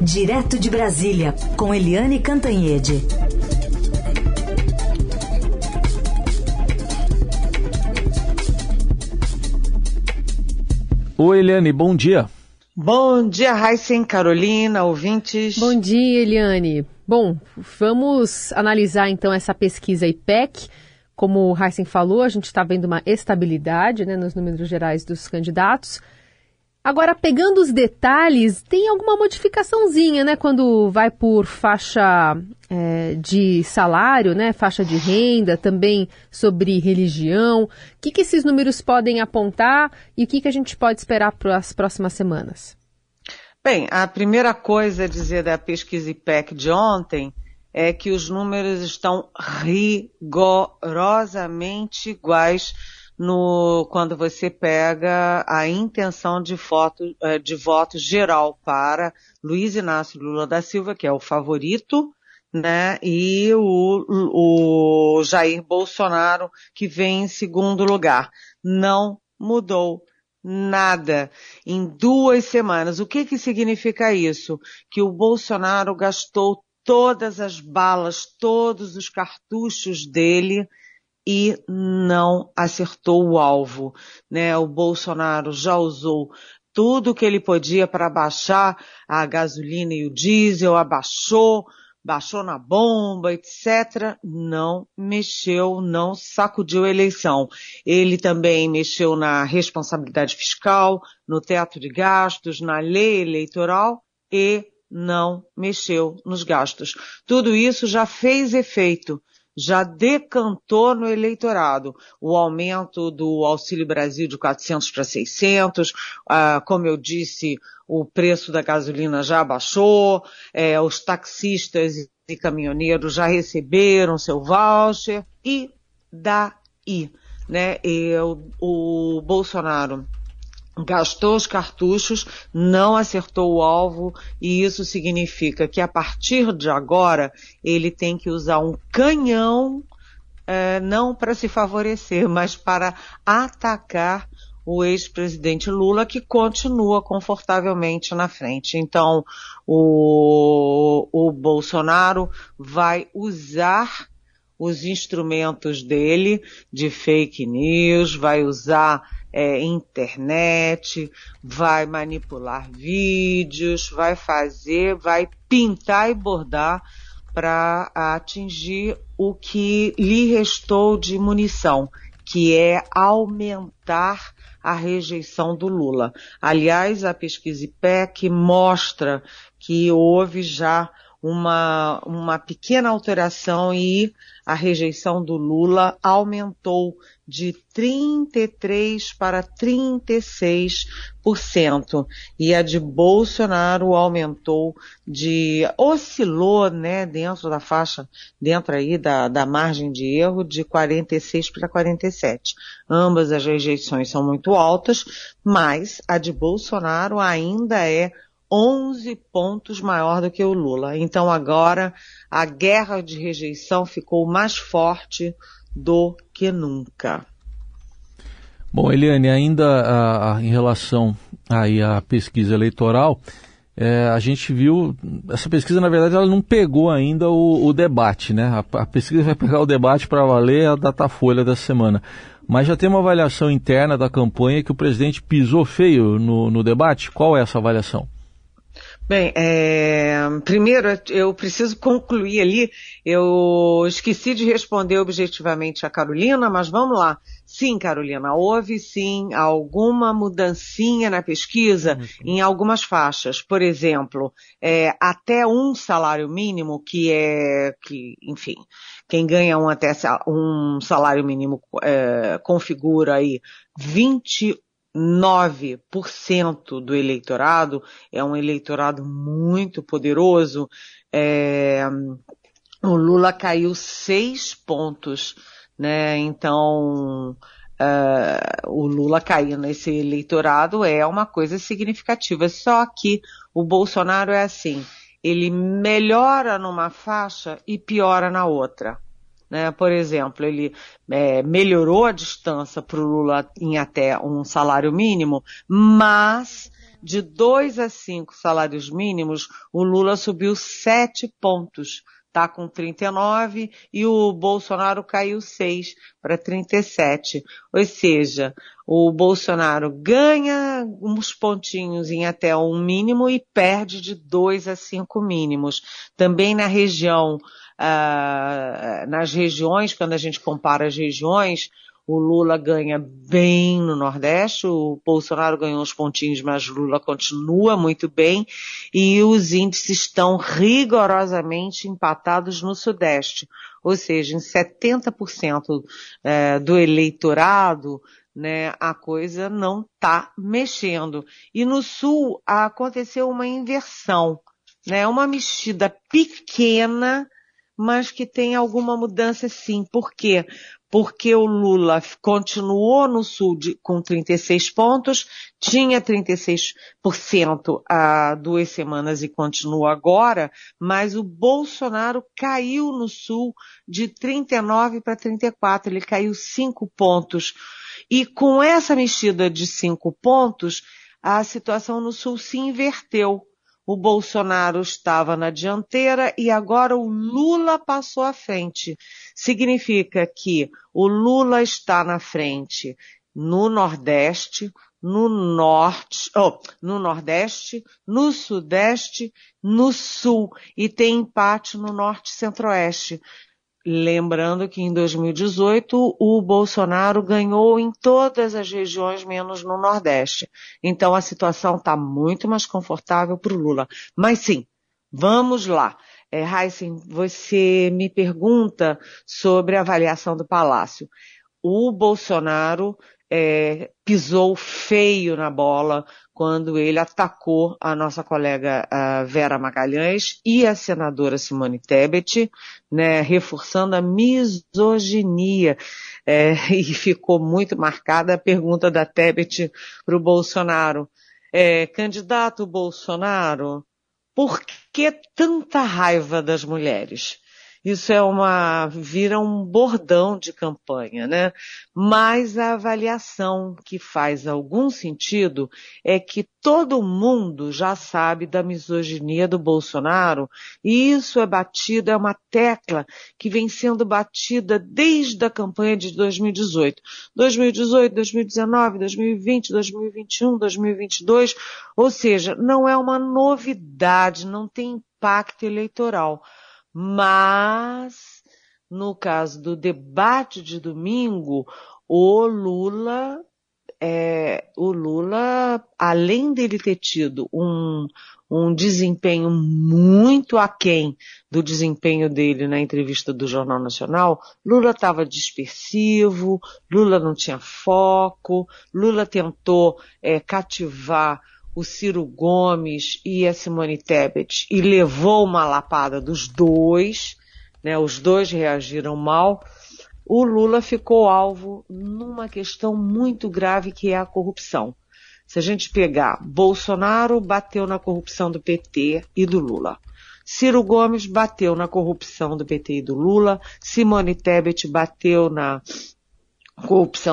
Direto de Brasília, com Eliane Cantanhede. Oi, Eliane, bom dia. Bom dia, Raíssen, Carolina, ouvintes. Bom dia, Eliane. Bom, vamos analisar então essa pesquisa IPEC. Como o Raíssen falou, a gente está vendo uma estabilidade, né, nos números gerais dos candidatos. Agora, pegando os detalhes, tem alguma modificaçãozinha, né, quando vai por faixa de salário, né, faixa de renda, também sobre religião. O que esses números podem apontar e o que a gente pode esperar para as próximas semanas? Bem, a primeira coisa a dizer da pesquisa IPEC de ontem é que os números estão rigorosamente iguais quando você pega a intenção de voto geral para Luiz Inácio Lula da Silva, que é o favorito, né, e o Jair Bolsonaro, que vem em segundo lugar. Não mudou nada em 2 semanas. O que significa isso? Que o Bolsonaro gastou todas as balas, todos os cartuchos dele e não acertou o alvo, né? O Bolsonaro já usou tudo que ele podia para baixar a gasolina e o diesel, baixou na bomba, etc. Não mexeu, não sacudiu a eleição. Ele também mexeu na responsabilidade fiscal, no teto de gastos, na lei eleitoral e não mexeu nos gastos. Tudo isso já fez efeito, já decantou no eleitorado. O aumento do Auxílio Brasil de 400 para 600, como eu disse, o preço da gasolina já baixou, os taxistas e caminhoneiros já receberam seu voucher, e daí, né? O Bolsonaro gastou os cartuchos, não acertou o alvo, e isso significa que a partir de agora ele tem que usar um canhão, não para se favorecer, mas para atacar o ex-presidente Lula, que continua confortavelmente na frente. Então, o Bolsonaro vai usar os instrumentos dele de fake news, vai usar internet, vai manipular vídeos, vai pintar e bordar para atingir o que lhe restou de munição, que é aumentar a rejeição do Lula. Aliás, a pesquisa IPEC mostra que houve já uma pequena alteração e a rejeição do Lula aumentou de 33% para 36%. E a de Bolsonaro oscilou, né, dentro da faixa, dentro aí da margem de erro, de 46% para 47%. Ambas as rejeições são muito altas, mas a de Bolsonaro ainda é 11 pontos maior do que o Lula. Então agora a guerra de rejeição ficou mais forte do que nunca. Bom, Eliane, ainda em relação aí à pesquisa eleitoral, a gente viu, essa pesquisa na verdade ela não pegou ainda o debate, né? A pesquisa vai pegar o debate para valer a Datafolha dessa semana. Mas já tem uma avaliação interna da campanha que o presidente pisou feio no debate. Qual é essa avaliação? Bem, primeiro eu preciso concluir ali, eu esqueci de responder objetivamente a Carolina, mas vamos lá. Sim, Carolina, houve sim alguma mudancinha na pesquisa em algumas faixas. Por exemplo, até um salário mínimo, enfim, quem ganha até um salário mínimo configura aí 9% do eleitorado, é um eleitorado muito poderoso. O Lula caiu 6 pontos, né? Então, o Lula cair nesse eleitorado é uma coisa significativa. Só que o Bolsonaro é assim, ele melhora numa faixa e piora na outra. Né? Por exemplo, ele melhorou a distância para o Lula em até um salário mínimo, mas de 2 a 5 salários mínimos, o Lula subiu 7 pontos. Está com 39 e o Bolsonaro caiu 6 para 37. Ou seja, o Bolsonaro ganha uns pontinhos em até um mínimo e perde de 2 a 5 mínimos. Também na região, nas regiões, quando a gente compara as regiões, o Lula ganha bem no Nordeste, o Bolsonaro ganhou uns pontinhos, mas o Lula continua muito bem e os índices estão rigorosamente empatados no Sudeste, ou seja, em 70% do eleitorado, né, a coisa não está mexendo. E no Sul aconteceu uma inversão, né, uma mexida pequena, mas que tem alguma mudança sim. Por quê? Porque o Lula continuou no Sul com 36 pontos, tinha 36% há 2 semanas e continua agora, mas o Bolsonaro caiu no Sul de 39 para 34, ele caiu 5 pontos. E com essa mexida de 5 pontos, a situação no Sul se inverteu. O Bolsonaro estava na dianteira e agora o Lula passou à frente. Significa que o Lula está na frente no Nordeste, no Nordeste, no Sudeste, no Sul e tem empate no Norte e Centro-Oeste. Lembrando que em 2018 o Bolsonaro ganhou em todas as regiões, menos no Nordeste. Então a situação está muito mais confortável para o Lula. Mas sim, vamos lá. Heisen, você me pergunta sobre a avaliação do Palácio. O Bolsonaro pisou feio na bola quando ele atacou a nossa colega Vera Magalhães e a senadora Simone Tebet, né, reforçando a misoginia. E ficou muito marcada a pergunta da Tebet para o Bolsonaro. Candidato Bolsonaro, por que tanta raiva das mulheres? Isso vira um bordão de campanha, né? Mas a avaliação que faz algum sentido é que todo mundo já sabe da misoginia do Bolsonaro e isso é uma tecla que vem sendo batida desde a campanha de 2018. 2018, 2019, 2020, 2021, 2022, ou seja, não é uma novidade, não tem impacto eleitoral. Mas, no caso do debate de domingo, o Lula, além dele ter tido um desempenho muito aquém do desempenho dele na entrevista do Jornal Nacional, Lula estava dispersivo, Lula não tinha foco, Lula tentou cativar o Ciro Gomes e a Simone Tebet e levou uma lapada dos dois, né? Os dois reagiram mal. O Lula ficou alvo numa questão muito grave que é a corrupção. Se a gente pegar, Bolsonaro bateu na corrupção do PT e do Lula. Ciro Gomes bateu na corrupção do PT e do Lula. Simone Tebet bateu na corrupção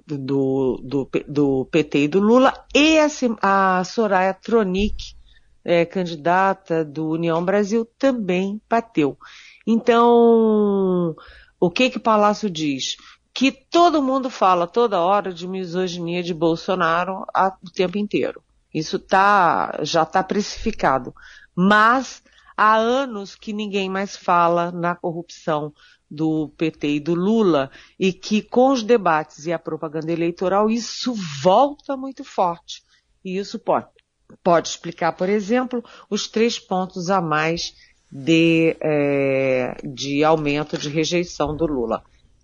do PT e do Lula, e a Soraya Tronic, candidata do União Brasil, também bateu. Então, o que o Palácio diz? Que todo mundo fala toda hora de misoginia de Bolsonaro o tempo inteiro. Isso já está precificado. Mas há anos que ninguém mais fala na corrupção do PT e do Lula, e que com os debates e a propaganda eleitoral isso volta muito forte. E isso pode explicar, por exemplo, os 3 pontos a mais de aumento de rejeição do Lula.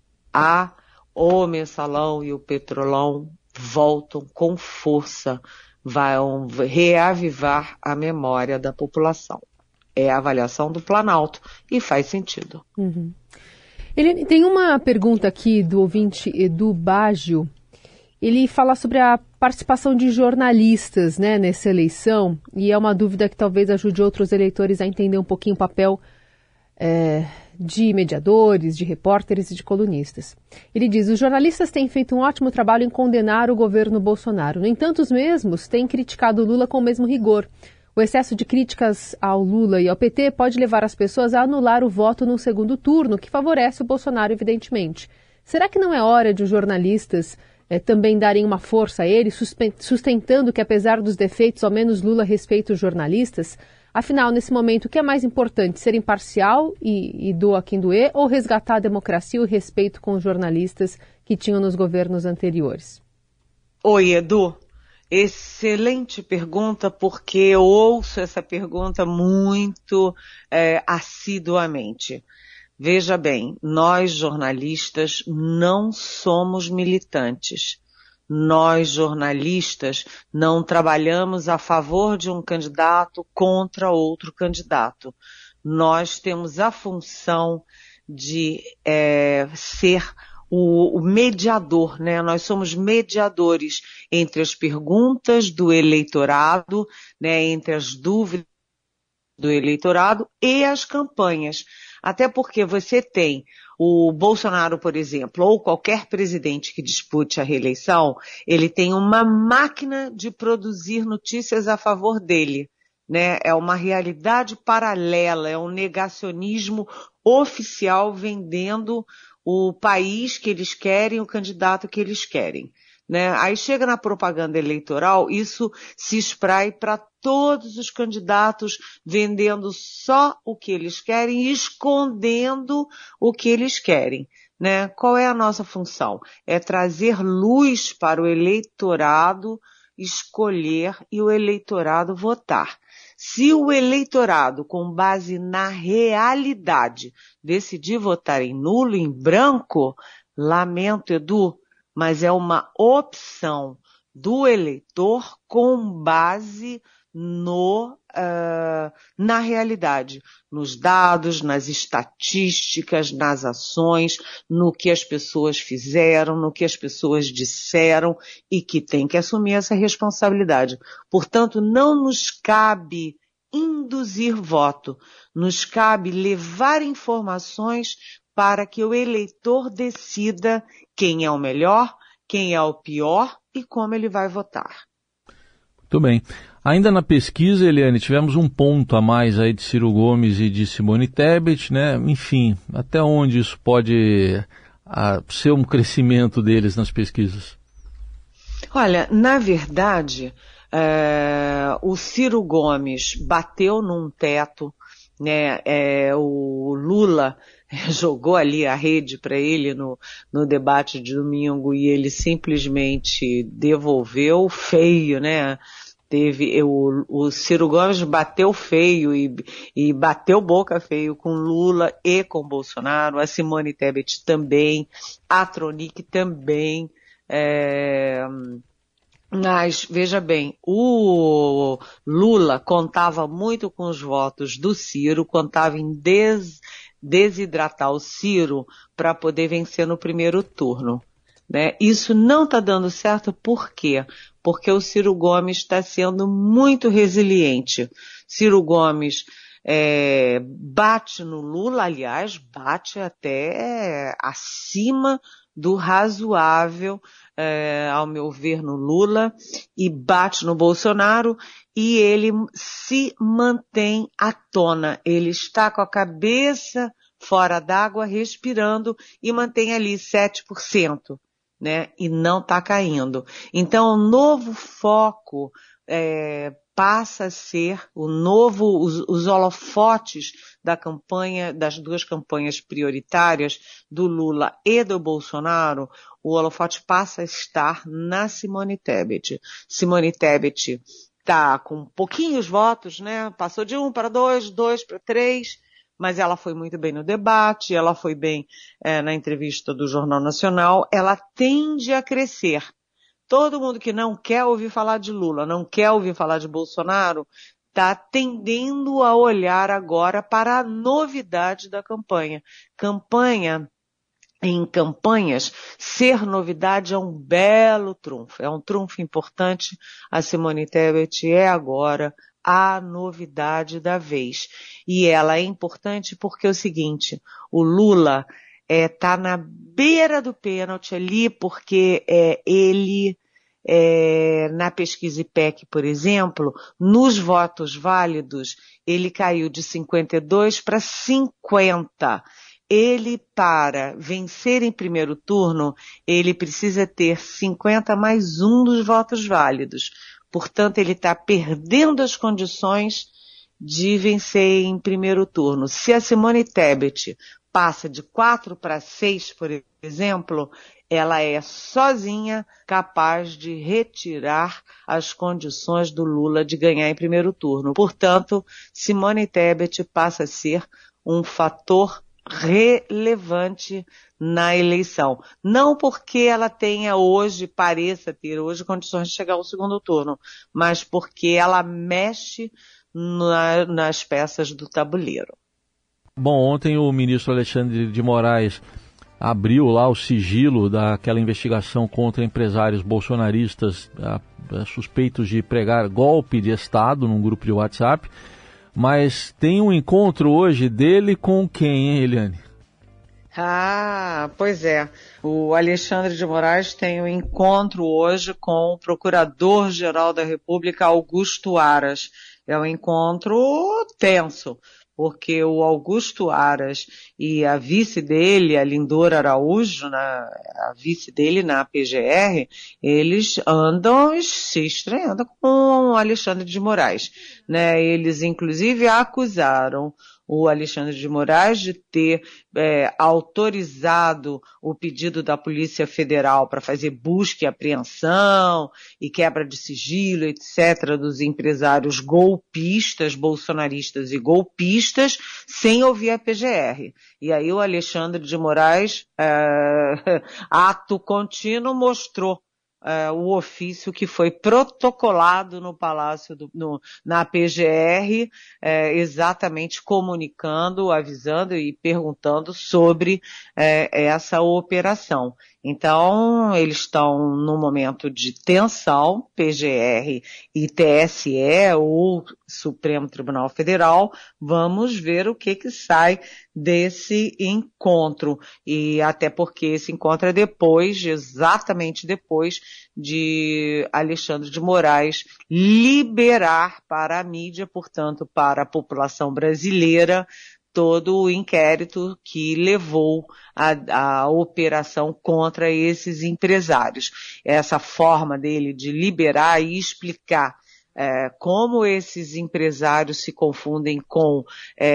O Mensalão e o Petrolão voltam com força, vão reavivar a memória da população. É a avaliação do Planalto e faz sentido. Uhum. Ele tem uma pergunta aqui do ouvinte Edu Baggio. Ele fala sobre a participação de jornalistas, né, nessa eleição, e é uma dúvida que talvez ajude outros eleitores a entender um pouquinho o papel de mediadores, de repórteres e de colunistas. Ele diz: os jornalistas têm feito um ótimo trabalho em condenar o governo Bolsonaro. No entanto, os mesmos têm criticado o Lula com o mesmo rigor. O excesso de críticas ao Lula e ao PT pode levar as pessoas a anular o voto no segundo turno, que favorece o Bolsonaro, evidentemente. Será que não é hora de os jornalistas também darem uma força a ele, sustentando que, apesar dos defeitos, ao menos Lula respeita os jornalistas? Afinal, nesse momento, o que é mais importante, ser imparcial e doa quem doer, ou resgatar a democracia e o respeito com os jornalistas que tinham nos governos anteriores? Oi, Edu. Excelente pergunta, porque eu ouço essa pergunta muito assiduamente. Veja bem, nós jornalistas não somos militantes. Nós jornalistas não trabalhamos a favor de um candidato contra outro candidato. Nós temos a função de ser o mediador, né? Nós somos mediadores entre as perguntas do eleitorado, né? Entre as dúvidas do eleitorado e as campanhas. Até porque você tem o Bolsonaro, por exemplo, ou qualquer presidente que dispute a reeleição, ele tem uma máquina de produzir notícias a favor dele, né? É uma realidade paralela, é um negacionismo oficial vendendo o país que eles querem, o candidato que eles querem, né? Aí chega na propaganda eleitoral, isso se espraia para todos os candidatos, vendendo só o que eles querem e escondendo o que eles querem, né? Qual é a nossa função? É trazer luz para o eleitorado escolher e o eleitorado votar. Se o eleitorado, com base na realidade, decidir votar em nulo, em branco, lamento, Edu, mas é uma opção do eleitor com base na realidade, nos dados, nas estatísticas, nas ações, no que as pessoas fizeram, no que as pessoas disseram e que tem que assumir essa responsabilidade. Portanto, não nos cabe induzir voto, nos cabe levar informações para que o eleitor decida quem é o melhor, quem é o pior e como ele vai votar. Muito bem. Ainda na pesquisa, Eliane, tivemos um ponto a mais aí de Ciro Gomes e de Simone Tebet, né? Enfim, até onde isso pode ser um crescimento deles nas pesquisas? Olha, na verdade, o Ciro Gomes bateu num teto, né? O Lula jogou ali a rede para ele no debate de domingo e ele simplesmente devolveu feio, né? O Ciro Gomes bateu feio e bateu boca feio com Lula e com Bolsonaro, a Simone Tebet também, a Tronic também, mas, veja bem, o Lula contava muito com os votos do Ciro, contava em desidratar o Ciro para poder vencer no primeiro turno, né? Isso não está dando certo, por quê? Porque o Ciro Gomes está sendo muito resiliente. Ciro Gomes bate no Lula, aliás, bate até acima do razoável, ao meu ver, no Lula, e bate no Bolsonaro, e ele se mantém à tona. Ele está com a cabeça fora d'água, respirando, e mantém ali 7%, né? E não está caindo. Então, o novo foco passa a ser os holofotes da campanha, das duas campanhas prioritárias do Lula e do Bolsonaro, o holofote passa a estar na Simone Tebet. Simone Tebet está com pouquinhos votos, né? Passou de 1 para 2, 2 para 3, mas ela foi muito bem no debate, ela foi bem na entrevista do Jornal Nacional, ela tende a crescer. Todo mundo que não quer ouvir falar de Lula, não quer ouvir falar de Bolsonaro, está tendendo a olhar agora para a novidade da campanha. Campanha em campanhas, ser novidade é um belo trunfo, é um trunfo importante. A Simone Tebet é agora a novidade da vez. E ela é importante porque é o seguinte, o Lula tá na beira do pênalti ali, porque ele, na pesquisa IPEC, por exemplo, nos votos válidos, ele caiu de 52 para 50. Ele, para vencer em primeiro turno, ele precisa ter 50 mais um dos votos válidos. Portanto, ele está perdendo as condições de vencer em primeiro turno. Se a Simone Tebet passa de 4 para 6, por exemplo, ela é sozinha capaz de retirar as condições do Lula de ganhar em primeiro turno. Portanto, Simone Tebet passa a ser um fator relevante na eleição. Não porque ela pareça ter hoje condições de chegar ao segundo turno, mas porque ela mexe nas peças do tabuleiro. Bom, ontem o ministro Alexandre de Moraes abriu lá o sigilo daquela investigação contra empresários bolsonaristas suspeitos de pregar golpe de Estado num grupo de WhatsApp. Mas tem um encontro hoje dele com quem, hein, Eliane? Pois é. O Alexandre de Moraes tem um encontro hoje com o Procurador-Geral da República, Augusto Aras. É um encontro tenso, porque o Augusto Aras e a vice dele, a Lindora Araújo, a vice dele na PGR, eles andam se estranhando com o Alexandre de Moraes, né? Eles, inclusive, acusaram o Alexandre de Moraes de ter autorizado o pedido da Polícia Federal para fazer busca e apreensão e quebra de sigilo, etc., dos empresários golpistas, bolsonaristas e golpistas, sem ouvir a PGR. E aí o Alexandre de Moraes, ato contínuo, mostrou o ofício que foi protocolado no Palácio, na PGR, exatamente comunicando, avisando e perguntando sobre essa operação. Então, eles estão num momento de tensão, PGR e TSE, ou Supremo Tribunal Federal. Vamos ver o que sai desse encontro. E até porque esse encontro é exatamente depois de Alexandre de Moraes liberar para a mídia, portanto, para a população brasileira, todo o inquérito que levou a operação contra esses empresários. Essa forma dele de liberar e explicar como esses empresários se confundem com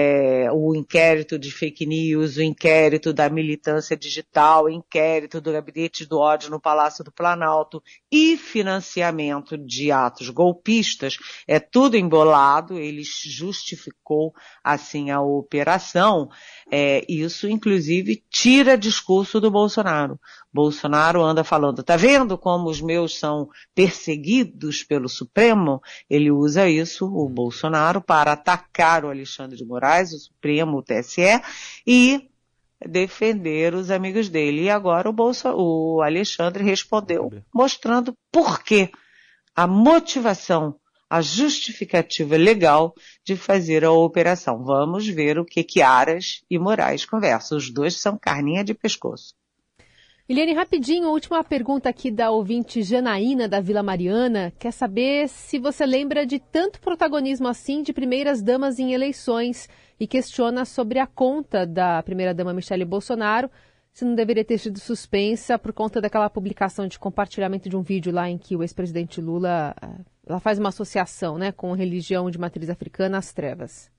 o inquérito de fake news, o inquérito da militância digital, o inquérito do gabinete do ódio no Palácio do Planalto e financiamento de atos golpistas, é tudo embolado. Ele justificou assim a operação. Isso, inclusive, tira discurso do Bolsonaro. Bolsonaro anda falando, tá vendo como os meus são perseguidos pelo Supremo? Ele usa isso, o Bolsonaro, para atacar o Alexandre de Moraes, o Supremo, o TSE, e defender os amigos dele. E agora o Alexandre respondeu, mostrando por quê, a motivação, a justificativa legal de fazer a operação. Vamos ver o que Aras e Moraes conversam. Os dois são carninha de pescoço. Eliane, rapidinho, a última pergunta aqui da ouvinte Janaína, da Vila Mariana. Quer saber se você lembra de tanto protagonismo assim de primeiras damas em eleições e questiona sobre a conta da primeira-dama Michele Bolsonaro, se não deveria ter sido suspensa por conta daquela publicação de compartilhamento de um vídeo lá em que o ex-presidente Lula ela faz uma associação, né, com religião de matriz africana, as trevas.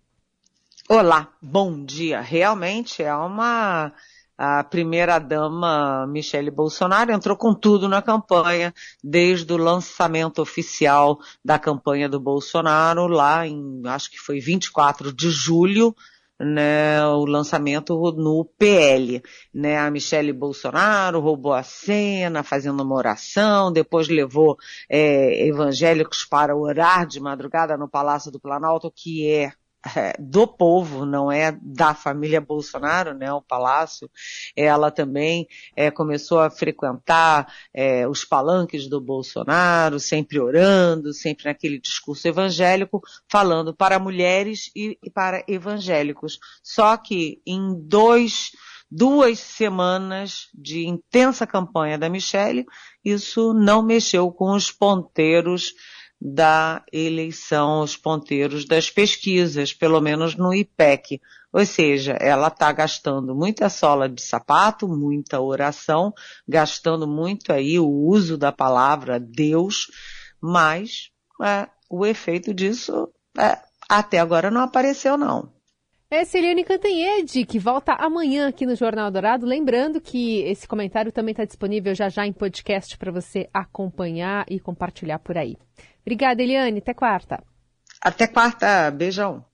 Olá, bom dia. Realmente a primeira-dama Michele Bolsonaro entrou com tudo na campanha, desde o lançamento oficial da campanha do Bolsonaro, lá em, acho que foi 24 de julho, né, o lançamento no PL, né, a Michele Bolsonaro roubou a cena, fazendo uma oração, depois levou evangélicos para orar de madrugada no Palácio do Planalto, que é do povo, não é da família Bolsonaro, né, o Palácio. Ela também começou a frequentar os palanques do Bolsonaro, sempre orando, sempre naquele discurso evangélico, falando para mulheres e para evangélicos. Só que em 2 semanas de intensa campanha da Michelle, isso não mexeu com os ponteiros da eleição, os ponteiros das pesquisas, pelo menos no IPEC. Ou seja, ela está gastando muita sola de sapato, muita oração, gastando muito aí o uso da palavra Deus, mas o efeito disso até agora não apareceu, não. Essa é Eliane Cantanhede, que volta amanhã aqui no Jornal Dourado. Lembrando que esse comentário também está disponível já em podcast para você acompanhar e compartilhar por aí. Obrigada, Eliane. Até quarta. Até quarta. Beijão.